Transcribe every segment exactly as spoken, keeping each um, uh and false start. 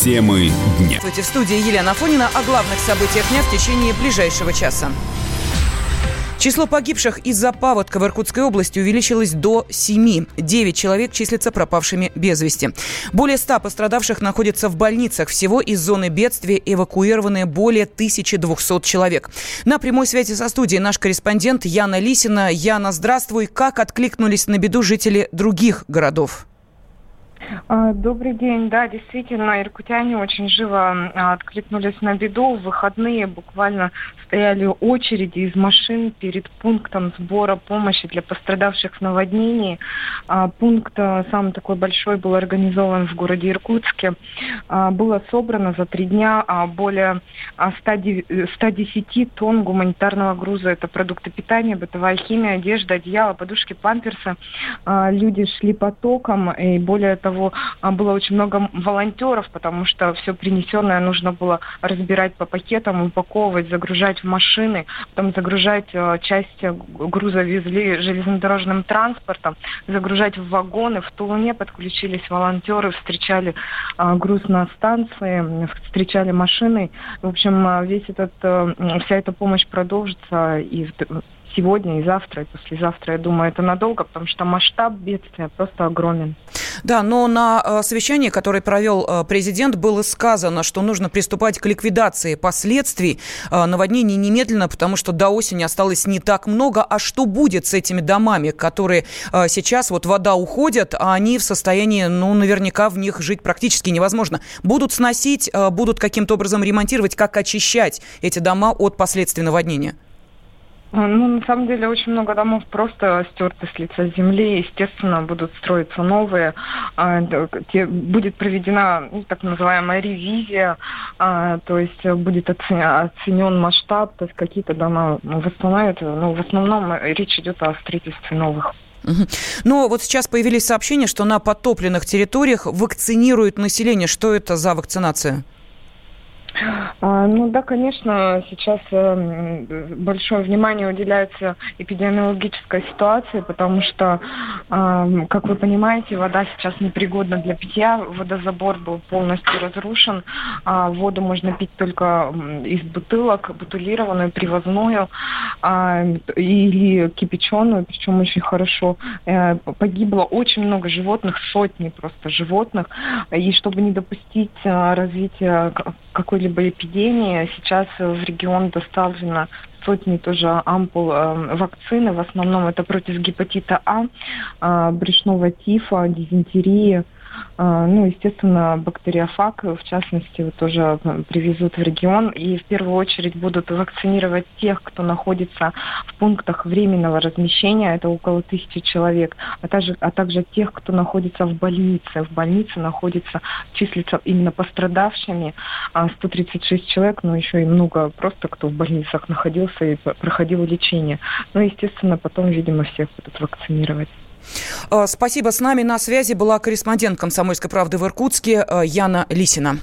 Темы дня. Здравствуйте, в студии Елена Афонина о главных событиях дня в течение ближайшего часа. Число погибших из-за паводка в Иркутской области увеличилось до семи. Девять человек числятся пропавшими без вести. Более ста пострадавших находятся в больницах. Всего из зоны бедствия эвакуированы более тысячи двухсот человек. На прямой связи со студией наш корреспондент Яна Лисина. Яна, здравствуй. Как откликнулись на беду жители других городов? Добрый день. Да, действительно, иркутяне очень живо откликнулись на беду. В выходные буквально стояли очереди из машин перед пунктом сбора помощи для пострадавших в наводнении. Пункт самый такой большой был организован в городе Иркутске. Было собрано за три дня более ста десяти тонн гуманитарного груза. Это продукты питания, бытовая химия, одежда, одеяло, подушки, памперсы. Люди шли потоком, и более того, было очень много волонтеров, потому что все принесенное нужно было разбирать по пакетам, упаковывать, загружать в машины, потом загружать, часть груза везли железнодорожным транспортом, загружать в вагоны. В Тулуне подключились волонтеры, встречали груз на станции, встречали машины. В общем, весь этот, вся эта помощь продолжится и сегодня, и завтра, и послезавтра. Я думаю, это надолго, потому что масштаб бедствия просто огромен. Да, но на совещании, которое провел президент, было сказано, что нужно приступать к ликвидации последствий наводнений немедленно, потому что до осени осталось не так много. А что будет с этими домами, которые сейчас, вот вода уходит, а они в состоянии, ну, наверняка в них жить практически невозможно? Будут сносить, будут каким-то образом ремонтировать, как очищать эти дома от последствий наводнения? Ну, на самом деле, очень много домов просто стерты с лица земли. Естественно, будут строиться новые. Будет проведена, ну, так называемая ревизия, то есть будет оценен масштаб, то есть какие-то дома восстановят. Но в основном речь идет о строительстве новых. Угу. Но вот сейчас появились сообщения, что на подтопленных территориях вакцинируют население. Что это за вакцинация? Ну да, конечно, сейчас большое внимание уделяется эпидемиологической ситуации, потому что, как вы понимаете, вода сейчас непригодна для питья, водозабор был полностью разрушен, воду можно пить только из бутылок, бутылированную, привозную или кипяченую, причем очень хорошо. Погибло очень много животных, сотни просто животных, и чтобы не допустить развития какой-либо эпидемии, сейчас в регион доставлено сотни тоже ампул э, вакцины. В основном это против гепатита А, э, брюшного тифа, дизентерии. Э, ну, естественно, бактериофаг, в частности, вот тоже привезут в регион. И в первую очередь будут вакцинировать тех, кто находится в пунктах временного размещения. Это около тысячи человек. А также, а также тех, кто находится в больнице. В больнице находится, числится именно пострадавшими сто тридцать шесть человек, но еще и много просто, кто в больницах находился и проходил лечение. Ну, естественно, потом, видимо, всех будут вакцинировать. Спасибо. С нами на связи была корреспондент «Комсомольской правды» в Иркутске Яна Лисина.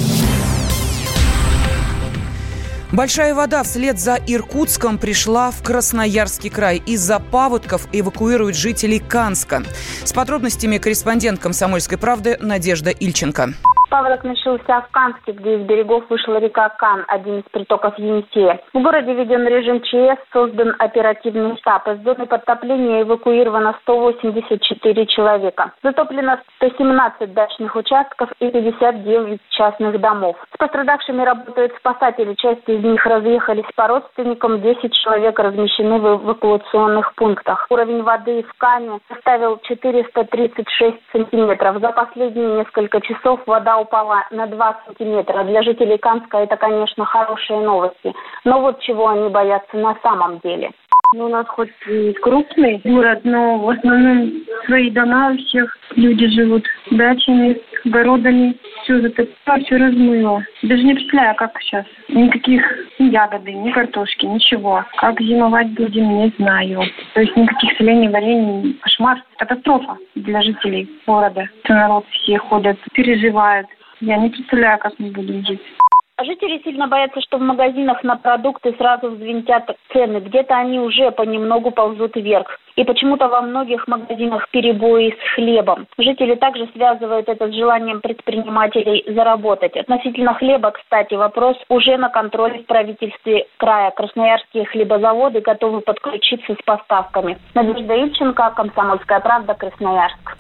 Большая вода вслед за Иркутском пришла в Красноярский край. Из-за паводков эвакуируют жителей Канска. С подробностями корреспондент «Комсомольской правды» Надежда Ильченко. Паводок начался в Канске, где из берегов вышла река Кан, один из притоков Енисея. В городе введен режим ЧС, создан оперативный штаб. Из зоны подтопления эвакуировано сто восемьдесят четыре человека. Затоплено сто семнадцать дачных участков и пятьдесят девять частных домов. С пострадавшими работают спасатели. Часть из них разъехались по родственникам. десять человек размещены в эвакуационных пунктах. Уровень воды в Кане составил четыреста тридцать шесть сантиметров. За последние несколько часов вода упала на два сантиметра. Для жителей Канска это, конечно, хорошие новости. Но вот чего они боятся на самом деле. У нас хоть и крупный город, но в основном свои дома у всех люди живут дачами, огородами. Все затопило, все размыло. Даже не представляю, как сейчас. Никаких ни ягоды, ни картошки, ничего. Как зимовать будем, не знаю. То есть никаких солений, варений. Кошмар, катастрофа для жителей города. Народ все ходят, переживают. Я не представляю, как мы будем жить. Жители сильно боятся, что в магазинах на продукты сразу взвинтят цены. Где-то они уже понемногу ползут вверх. И почему-то во многих магазинах перебои с хлебом. Жители также связывают это с желанием предпринимателей заработать. Относительно хлеба, кстати, вопрос уже на контроле в правительстве края. Красноярские хлебозаводы готовы подключиться с поставками. Надежда Ильченко, «Комсомольская правда», Красноярск.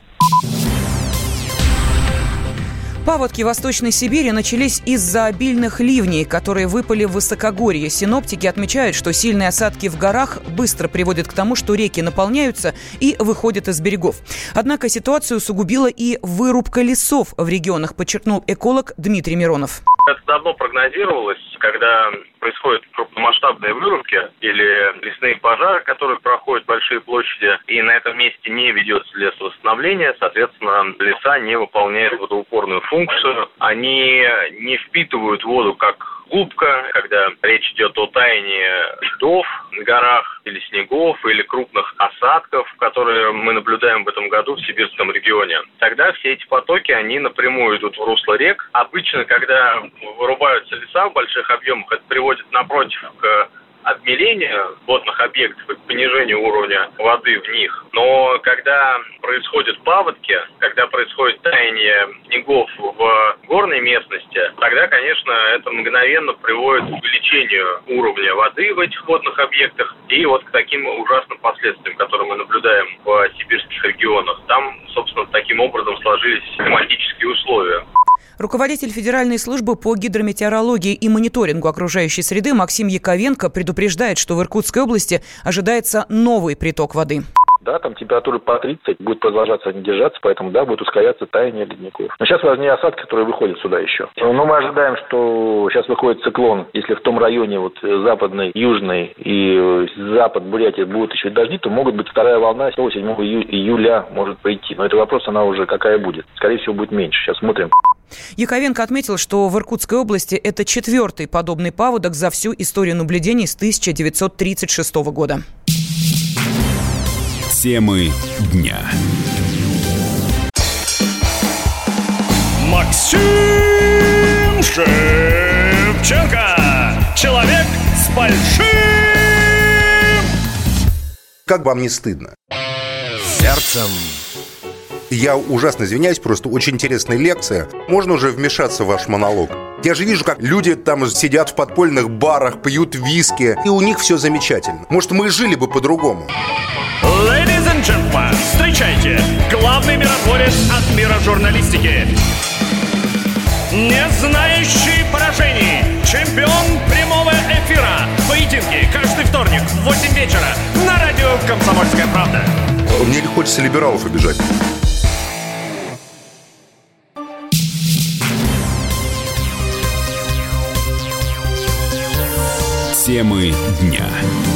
Паводки в Восточной Сибири начались из-за обильных ливней, которые выпали в высокогорье. Синоптики отмечают, что сильные осадки в горах быстро приводят к тому, что реки наполняются и выходят из берегов. Однако ситуацию усугубила и вырубка лесов в регионах, подчеркнул эколог Дмитрий Миронов. Это давно прогнозировалось, когда происходят крупномасштабные вырубки или лесные пожары, которые проходят большие площади, и на этом месте не ведется лесовосстановление, соответственно, леса не выполняют водоупорную функцию, они не впитывают воду как губка, когда речь идет о таянии льдов на горах или снегов, или крупных осадков, которые мы наблюдаем в этом году в сибирском регионе. Тогда все эти потоки, они напрямую идут в русло рек. Обычно, когда вырубаются леса в больших объемах, это приводит, напротив, к обмелению водных объектов и к понижению уровня воды в них. Но когда происходят паводки, когда происходит таяние снегов в горной местности, тогда, конечно, это мгновенно приводит к увеличению уровня воды в этих водных объектах и вот к таким ужасным последствиям, которые мы наблюдаем в сибирских регионах. Там, собственно, таким образом сложились климатические условия. Руководитель Федеральной службы по гидрометеорологии и мониторингу окружающей среды Максим Яковенко предупреждает, что в Иркутской области ожидается новый приток воды. Да, там температура по тридцать, будет продолжаться не держаться, поэтому, да, будет ускоряться таяние ледников. Но сейчас важнее осадки, которые выходят сюда еще. Но мы ожидаем, что сейчас выходит циклон. Если в том районе, вот западный, южный и запад Бурятии будут еще дожди, то могут быть вторая волна седьмого июля может прийти. Но это вопрос, она уже какая будет. Скорее всего, будет меньше. Сейчас смотрим. Яковенко отметил, что в Иркутской области это четвертый подобный паводок за всю историю наблюдений с тысяча девятьсот тридцать шестого года. Темы дня. Максим Шевченко. Человек с большим... Как вам не стыдно? Сердцем. Я ужасно извиняюсь, просто очень интересная лекция. Можно уже вмешаться в ваш монолог? Я же вижу, как люди там сидят в подпольных барах, пьют виски, и у них все замечательно. Может, мы жили бы по-другому? Ladies and gentlemen, встречайте, главный миротворец от мира журналистики, не знающий поражений, чемпион прямого эфира, поединки каждый вторник в восемь вечера на радио «Комсомольская правда». Мне не хочется либералов обижать. Темы дня.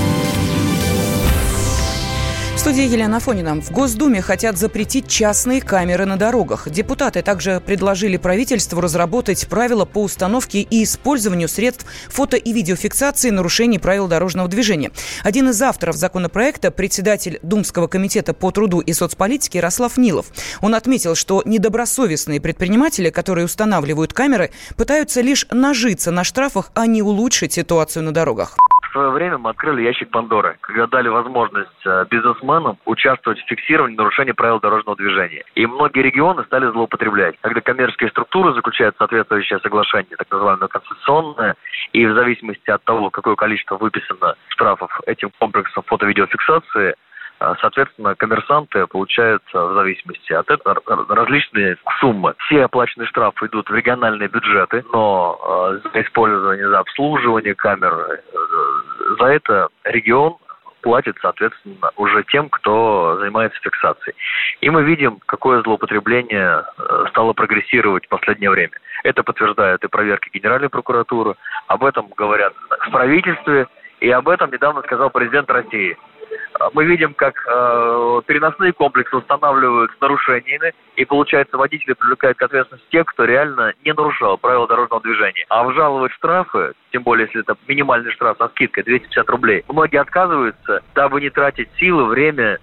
В студии Елена Афонина. В Госдуме хотят запретить частные камеры на дорогах. Депутаты также предложили правительству разработать правила по установке и использованию средств фото- и видеофиксации нарушений правил дорожного движения. Один из авторов законопроекта, председатель Думского комитета по труду и соцполитике Ярослав Нилов. Он отметил, что недобросовестные предприниматели, которые устанавливают камеры, пытаются лишь нажиться на штрафах, а не улучшить ситуацию на дорогах. В свое время мы открыли ящик Пандоры, когда дали возможность бизнесменам участвовать в фиксировании нарушений правил дорожного движения. И многие регионы стали злоупотреблять. Когда коммерческие структуры заключают соответствующее соглашение, так называемое концессионное, и в зависимости от того, какое количество выписано штрафов этим комплексом фото-видеофиксации, соответственно, коммерсанты получают в зависимости от этого различные суммы. Все оплаченные штрафы идут в региональные бюджеты, но за использование, за обслуживание камер, за это регион платит, соответственно, уже тем, кто занимается фиксацией. И мы видим, какое злоупотребление стало прогрессировать в последнее время. Это подтверждают и проверки Генеральной прокуратуры, об этом говорят в правительстве, и об этом недавно сказал президент России. Мы видим, как э, переносные комплексы устанавливают с нарушениями, и, получается, водители привлекают к ответственности тех, кто реально не нарушал правила дорожного движения. А обжаловать штрафы, тем более, если это минимальный штраф со скидкой двести пятьдесят рублей, многие отказываются, дабы не тратить силы, время.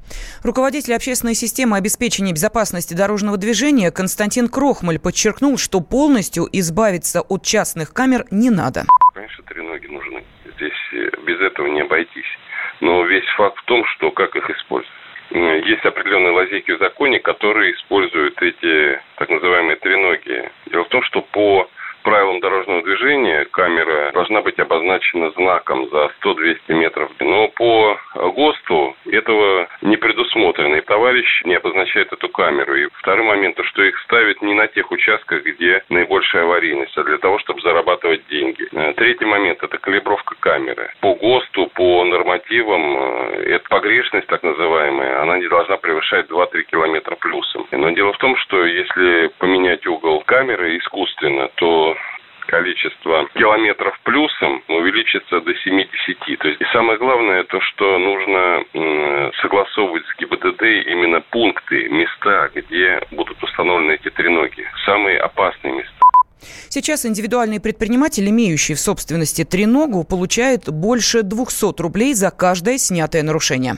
Руководитель общественной системы обеспечения безопасности дорожного движения Константин Крохмаль подчеркнул, что полностью избавиться от частных камер не надо. Конечно, треноги нужны. Здесь без этого не обойтись. Но весь факт в том, что как их использовать. Есть определенные лазейки в законе, которые используют эти так называемые треноги. Дело в том, что по правилам дорожного движения камера должна быть обозначена знаком за сто-двести метров. Но по ГОСТу этого не предусмотрено, и товарищ не обозначает эту камеру. И второй момент, то, что их ставят не на тех участках, где наибольшая аварийность, а для того, чтобы зарабатывать деньги. Третий момент – это калибровка камеры. По ГОСТу, по нормативам, эта погрешность, так называемая, она не должна превышать два-три километра плюсом. Но дело в том, что если поменять угол камеры искусственно, то количество километров плюсом увеличится до семидесяти. То есть, и самое главное, то, что нужно м, согласовывать с ГИБДД именно пункты, места, где будут установлены эти треноги. Самые опасные места. Сейчас индивидуальный предприниматель, имеющий в собственности треногу, получает больше двухсот рублей за каждое снятое нарушение.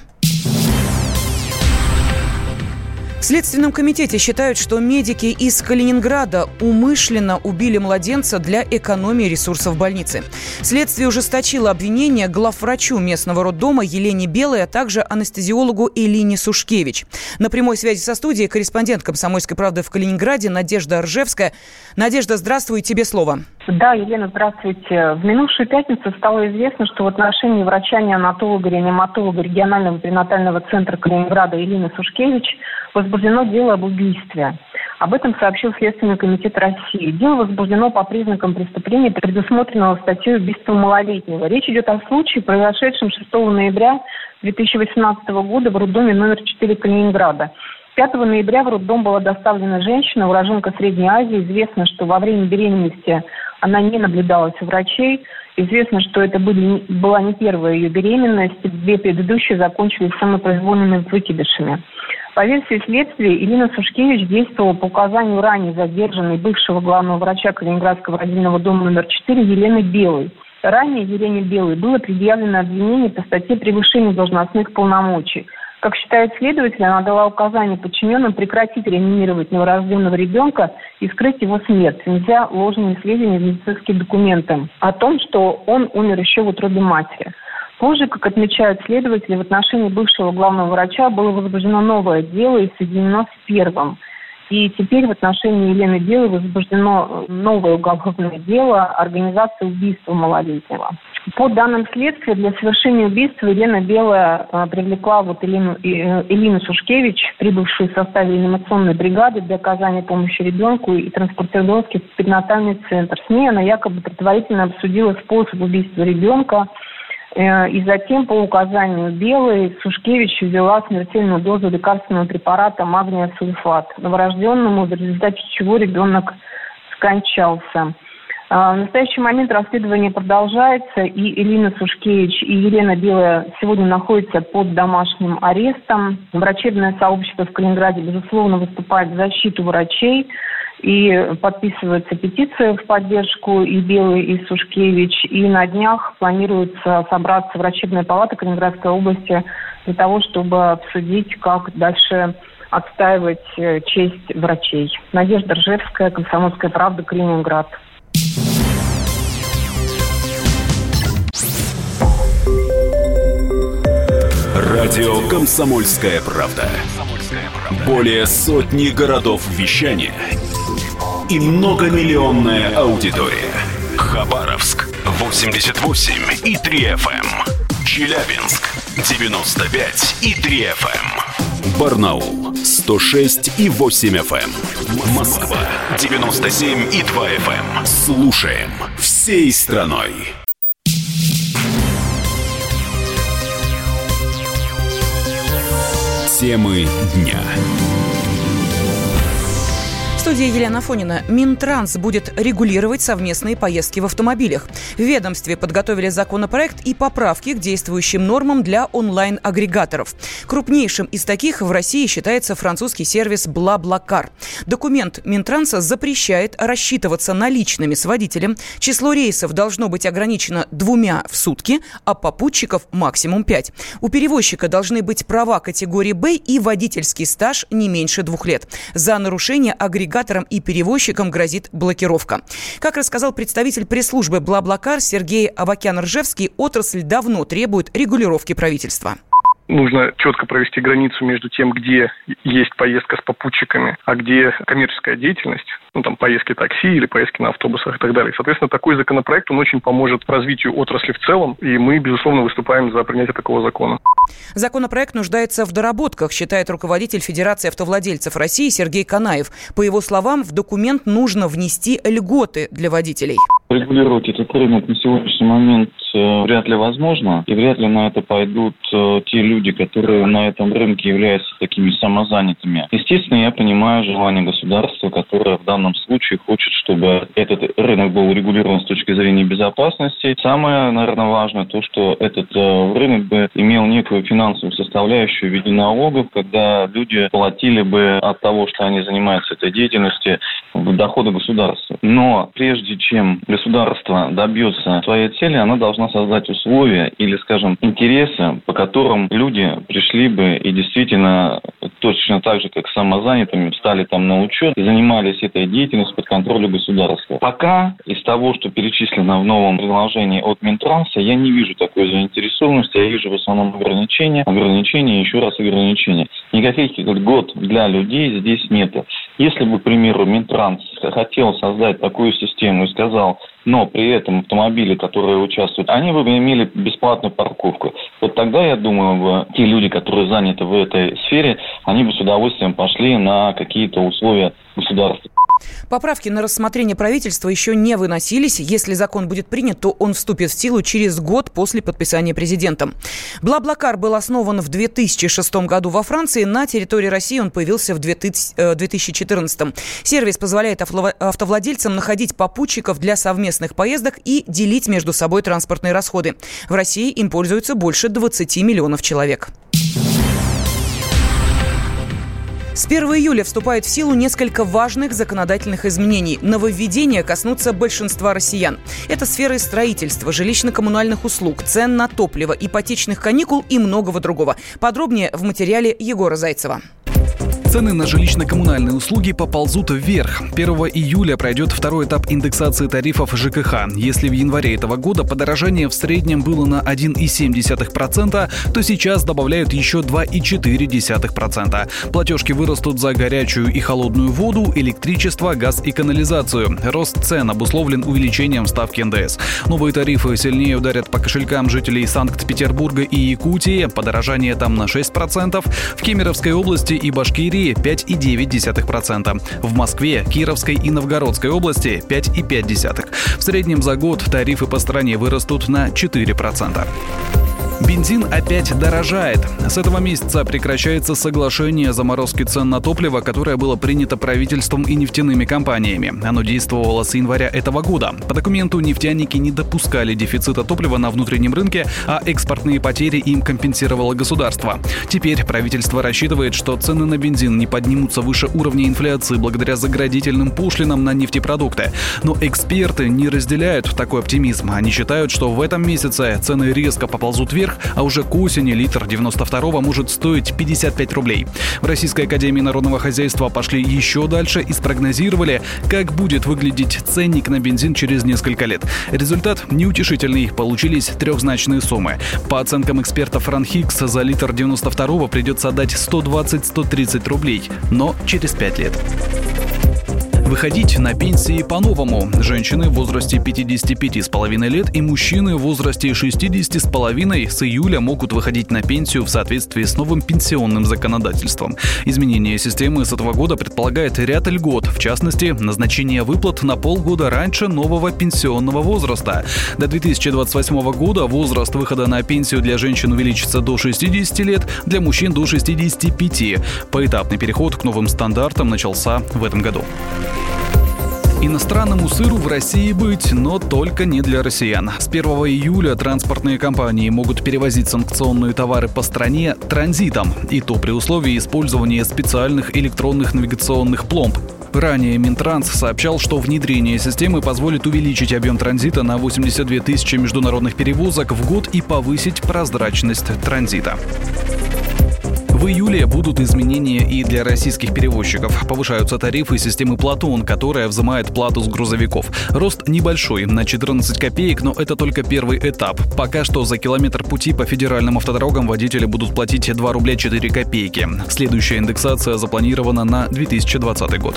В Следственном комитете считают, что медики из Калининграда умышленно убили младенца для экономии ресурсов больницы. Следствие ужесточило обвинение главврачу местного роддома Елене Белой, а также анестезиологу Элине Сушкевич. На прямой связи со студией корреспондент «Комсомольской правды» в Калининграде Надежда Ржевская. Надежда, здравствуй, тебе слово. Да, Елена, здравствуйте. В минувшую пятницу стало известно, что в отношении врача-неонатолога-реаниматолога регионального перинатального центра Калининграда Элины Сушкевич возбуждено дело об убийстве. Об этом сообщил Следственный комитет России. Дело возбуждено по признакам преступления, предусмотренного статьей убийства малолетнего. Речь идет о случае, произошедшем шестого ноября две тысячи восемнадцатого года в роддоме номер четыре Калининграда. пятого ноября в роддом была доставлена женщина, уроженка Средней Азии. Известно, что во время беременности она не наблюдалась у врачей. Известно, что это были, была не первая ее беременность. Две предыдущие закончились самопроизвольными выкидышами. По версии следствия, Элина Сушкевич действовала по указанию ранее задержанной бывшего главного врача Калининградского родильного дома номер четыре Елены Белой. Ранее Елене Белой было предъявлено обвинение по статье «Превышение должностных полномочий». Как считает следователь, она дала указание подчиненным прекратить реанимировать новорожденного ребенка и скрыть его смерть, нельзя ложные сведения в медицинские документы о том, что он умер еще в утробе матери. Позже, как отмечают следователи, в отношении бывшего главного врача было возбуждено новое дело и соединено с первым. И теперь в отношении Елены Белой возбуждено новое уголовное дело организации убийства малолетнего. По данным следствия, для совершения убийства Елена Белая а, привлекла вот Элину, э, Элину Сушкевич, прибывшую в составе реанимационной бригады для оказания помощи ребенку и транспортировки в перинатальный центр. С ней она якобы предварительно обсудила способ убийства ребенка. И затем, по указанию Белой, Сушкевич ввела смертельную дозу лекарственного препарата магния сульфат новорожденному, в результате чего ребенок скончался. В настоящий момент расследование продолжается, и Элина Сушкевич и Елена Белая сегодня находятся под домашним арестом. Врачебное сообщество в Калининграде, безусловно, выступает в защиту врачей. И подписывается петиция в поддержку и Белой, и Сушкевич. И на днях планируется собраться врачебная палата Калининградской области для того, чтобы обсудить, как дальше отстаивать честь врачей. Надежда Ржевская, «Комсомольская правда», Калининград. Радио «Комсомольская правда». Более сотни городов вещания и многомиллионная аудитория. Хабаровск восемьдесят восемь и три эф эм, Челябинск девяносто пять и три эф эм, Барнаул сто шесть и восемь эф эм, Москва девяносто семь и два эф эм. Слушаем всей страной. Темы дня. студии Елена Афонина. Минтранс будет регулировать совместные поездки в автомобилях. В ведомстве подготовили законопроект и поправки к действующим нормам для онлайн-агрегаторов. Крупнейшим из таких в России считается французский сервис BlaBlaCar. Документ Минтранса запрещает рассчитываться наличными с водителем. Число рейсов должно быть ограничено двумя в сутки, а попутчиков максимум пять. У перевозчика должны быть права категории «Б» и водительский стаж не меньше двух лет. За нарушение агрегаторам и перевозчикам грозит блокировка. Как рассказал представитель пресс-службы BlaBlaCar Сергей Авакян-Ржевский, отрасль давно требует регулировки правительства. Нужно четко провести границу между тем, где есть поездка с попутчиками, а где коммерческая деятельность, ну там поездки такси или поездки на автобусах и так далее. Соответственно, такой законопроект, он очень поможет развитию отрасли в целом, и мы, безусловно, выступаем за принятие такого закона. Законопроект нуждается в доработках, считает руководитель Федерации автовладельцев России Сергей Канаев. По его словам, в документ нужно внести льготы для водителей. Регулировать этот рынок на сегодняшний момент э, вряд ли возможно, и вряд ли на это пойдут э, те люди, которые на этом рынке являются такими самозанятыми. Естественно, я понимаю желание государства, которое в данном случае хочет, чтобы этот рынок был урегулирован с точки зрения безопасности. Самое, наверное, важное то, что этот э, рынок бы имел некую финансовую составляющую в виде налогов, когда люди платили бы от того, что они занимаются этой деятельностью, в доходы государства. Но прежде чем государство добьется своей цели, она должна создать условия или, скажем, интересы, по которым люди пришли бы и действительно точно так же, как самозанятыми, встали там на учет и занимались этой деятельностью под контролем государства. Пока из того, что перечислено в новом предложении от Минтранса, я не вижу такой заинтересованности, я вижу в основном ограничения, ограничения, еще раз ограничения. Никаких льгот для людей здесь нет. Если бы, к примеру, Минтранс хотел создать такую систему и сказал, но при этом автомобили, которые участвуют, они бы имели бесплатную парковку. Вот тогда, я думаю, те люди, которые заняты в этой сфере, они бы с удовольствием пошли на какие-то условия государства. Поправки на рассмотрение правительства еще не выносились. Если закон будет принят, то он вступит в силу через год после подписания президентом. BlaBlaCar был основан в две тысячи шестом году во Франции. На территории России он появился в две тысячи четырнадцатом. Сервис позволяет автовладельцам находить попутчиков для совместных поездок и делить между собой транспортные расходы. В России им пользуются больше двадцати миллионов человек. С первого июля вступает в силу несколько важных законодательных изменений. Нововведения коснутся большинства россиян. Это сферы строительства, жилищно-коммунальных услуг, цен на топливо, ипотечных каникул и многого другого. Подробнее в материале Егора Зайцева. Цены на жилищно-коммунальные услуги поползут вверх. первого июля пройдет второй этап индексации тарифов ЖКХ. Если в январе этого года подорожание в среднем было на один целых семь десятых процента, то сейчас добавляют еще два целых четыре десятых процента. Платежки вырастут за горячую и холодную воду, электричество, газ и канализацию. Рост цен обусловлен увеличением ставки эн дэ эс. Новые тарифы сильнее ударят по кошелькам жителей Санкт-Петербурга и Якутии. Подорожание там на шесть процентов. В Кемеровской области и Башкирии пять целых девять десятых процента. В Москве, Кировской и Новгородской области пять целых пять десятых процента. В среднем за год тарифы по стране вырастут на четыре процента. Бензин опять дорожает. С этого месяца прекращается соглашение о заморозке цен на топливо, которое было принято правительством и нефтяными компаниями. Оно действовало с января этого года. По документу нефтяники не допускали дефицита топлива на внутреннем рынке, а экспортные потери им компенсировало государство. Теперь правительство рассчитывает, что цены на бензин не поднимутся выше уровня инфляции благодаря заградительным пошлинам на нефтепродукты. Но эксперты не разделяют такой оптимизм. Они считают, что в этом месяце цены резко поползут вверх, а уже к осени литр девяносто второго может стоить пятьдесят пять рублей. В Российской академии народного хозяйства пошли еще дальше и спрогнозировали, как будет выглядеть ценник на бензин через несколько лет. Результат неутешительный. Получились трехзначные суммы. По оценкам экспертов РАНХИКС, за литр девяносто второго придется отдать сто двадцать - сто тридцать рублей, но через пять лет. В Выходить на пенсии по-новому. Женщины в возрасте пятидесяти пяти с половиной лет и мужчины в возрасте шестидесяти с половиной с июля могут выходить на пенсию в соответствии с новым пенсионным законодательством. Изменение системы с этого года предполагает ряд льгот, в частности, назначение выплат на полгода раньше нового пенсионного возраста. До две тысячи двадцать восьмого года возраст выхода на пенсию для женщин увеличится до шестидесяти лет, для мужчин до шестидесяти пяти. Поэтапный переход к новым стандартам начался в этом году. Иностранному сыру в России быть, но только не для россиян. С первого июля транспортные компании могут перевозить санкционные товары по стране транзитом, и то при условии использования специальных электронных навигационных пломб. Ранее Минтранс сообщал, что внедрение системы позволит увеличить объем транзита на восемьдесят две тысячи международных перевозок в год и повысить прозрачность транзита. В июле будут изменения и для российских перевозчиков. Повышаются тарифы системы «Платон», которая взимает плату с грузовиков. Рост небольшой, на четырнадцать копеек, но это только первый этап. Пока что за километр пути по федеральным автодорогам водители будут платить два рубля четыре копейки. Следующая индексация запланирована на две тысячи двадцатый год.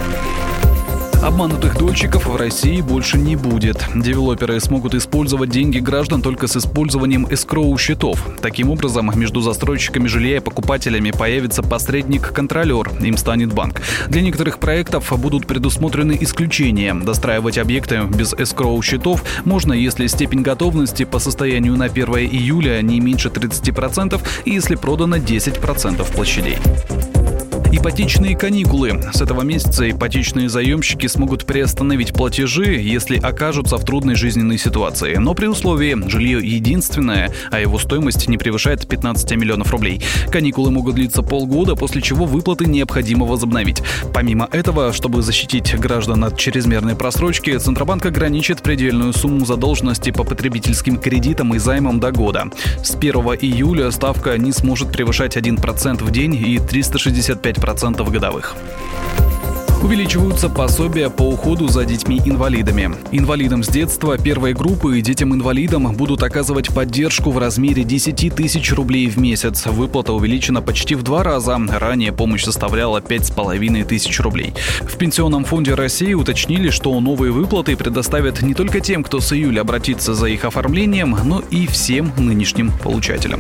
Обманутых дольщиков в России больше не будет. Девелоперы смогут использовать деньги граждан только с использованием эскроу-счетов. Таким образом, между застройщиками жилья и покупателями появится посредник-контролер, им станет банк. Для некоторых проектов будут предусмотрены исключения. Достраивать объекты без эскроу-счетов можно, если степень готовности по состоянию на первое июля не меньше тридцати процентов и если продано десять процентов площадей. Ипотечные каникулы. С этого месяца ипотечные заемщики смогут приостановить платежи, если окажутся в трудной жизненной ситуации. Но при условии, жилье единственное, а его стоимость не превышает пятнадцати миллионов рублей. Каникулы могут длиться полгода, после чего выплаты необходимо возобновить. Помимо этого, чтобы защитить граждан от чрезмерной просрочки, Центробанк ограничит предельную сумму задолженности по потребительским кредитам и займам до года. С первого июля ставка не сможет превышать один процент в день и триста шестьдесят пять процентов годовых. Увеличиваются пособия по уходу за детьми-инвалидами. Инвалидам с детства первой группы и детям-инвалидам будут оказывать поддержку в размере десяти тысяч рублей в месяц. Выплата увеличена почти в два раза. Ранее помощь составляла пять с половиной тысяч рублей. В Пенсионном фонде России уточнили, что новые выплаты предоставят не только тем, кто с июля обратится за их оформлением, но и всем нынешним получателям.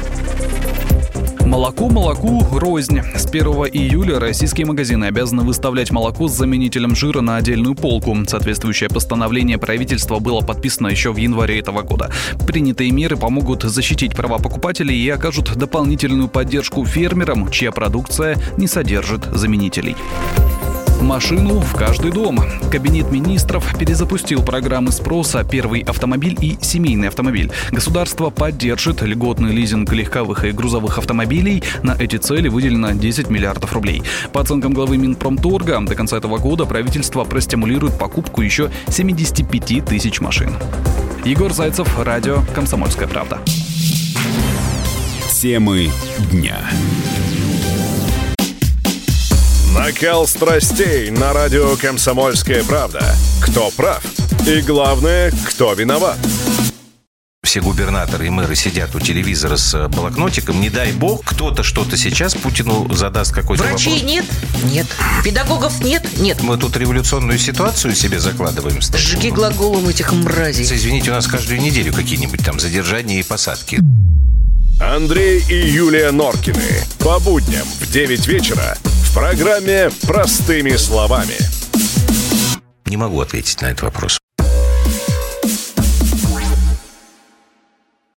Молоко молоку рознь. С первого июля российские магазины обязаны выставлять молоко с заменителем жира на отдельную полку. Соответствующее постановление правительства было подписано еще в январе этого года. Принятые меры помогут защитить права покупателей и окажут дополнительную поддержку фермерам, чья продукция не содержит заменителей. Машину в каждый дом. Кабинет министров перезапустил программы спроса «Первый автомобиль» и «Семейный автомобиль». Государство поддержит льготный лизинг легковых и грузовых автомобилей. На эти цели выделено десять миллиардов рублей. По оценкам главы Минпромторга, до конца этого года правительство простимулирует покупку еще семидесяти пяти тысяч машин. Егор Зайцев, радио «Комсомольская правда». Темы дня. Накал страстей на радио «Комсомольская правда». Кто прав? И главное, кто виноват? Все губернаторы и мэры сидят у телевизора с блокнотиком. Не дай бог, кто-то что-то сейчас Путину задаст какой-то вопрос. Врачей нет? Нет. Педагогов нет? Нет. Мы тут революционную ситуацию себе закладываем. Жги глаголом этих мразей. Извините, у нас каждую неделю какие-нибудь там задержания и посадки. Андрей и Юлия Норкины. По будням в девять вечера в программе «Простыми словами». Не могу ответить на этот вопрос.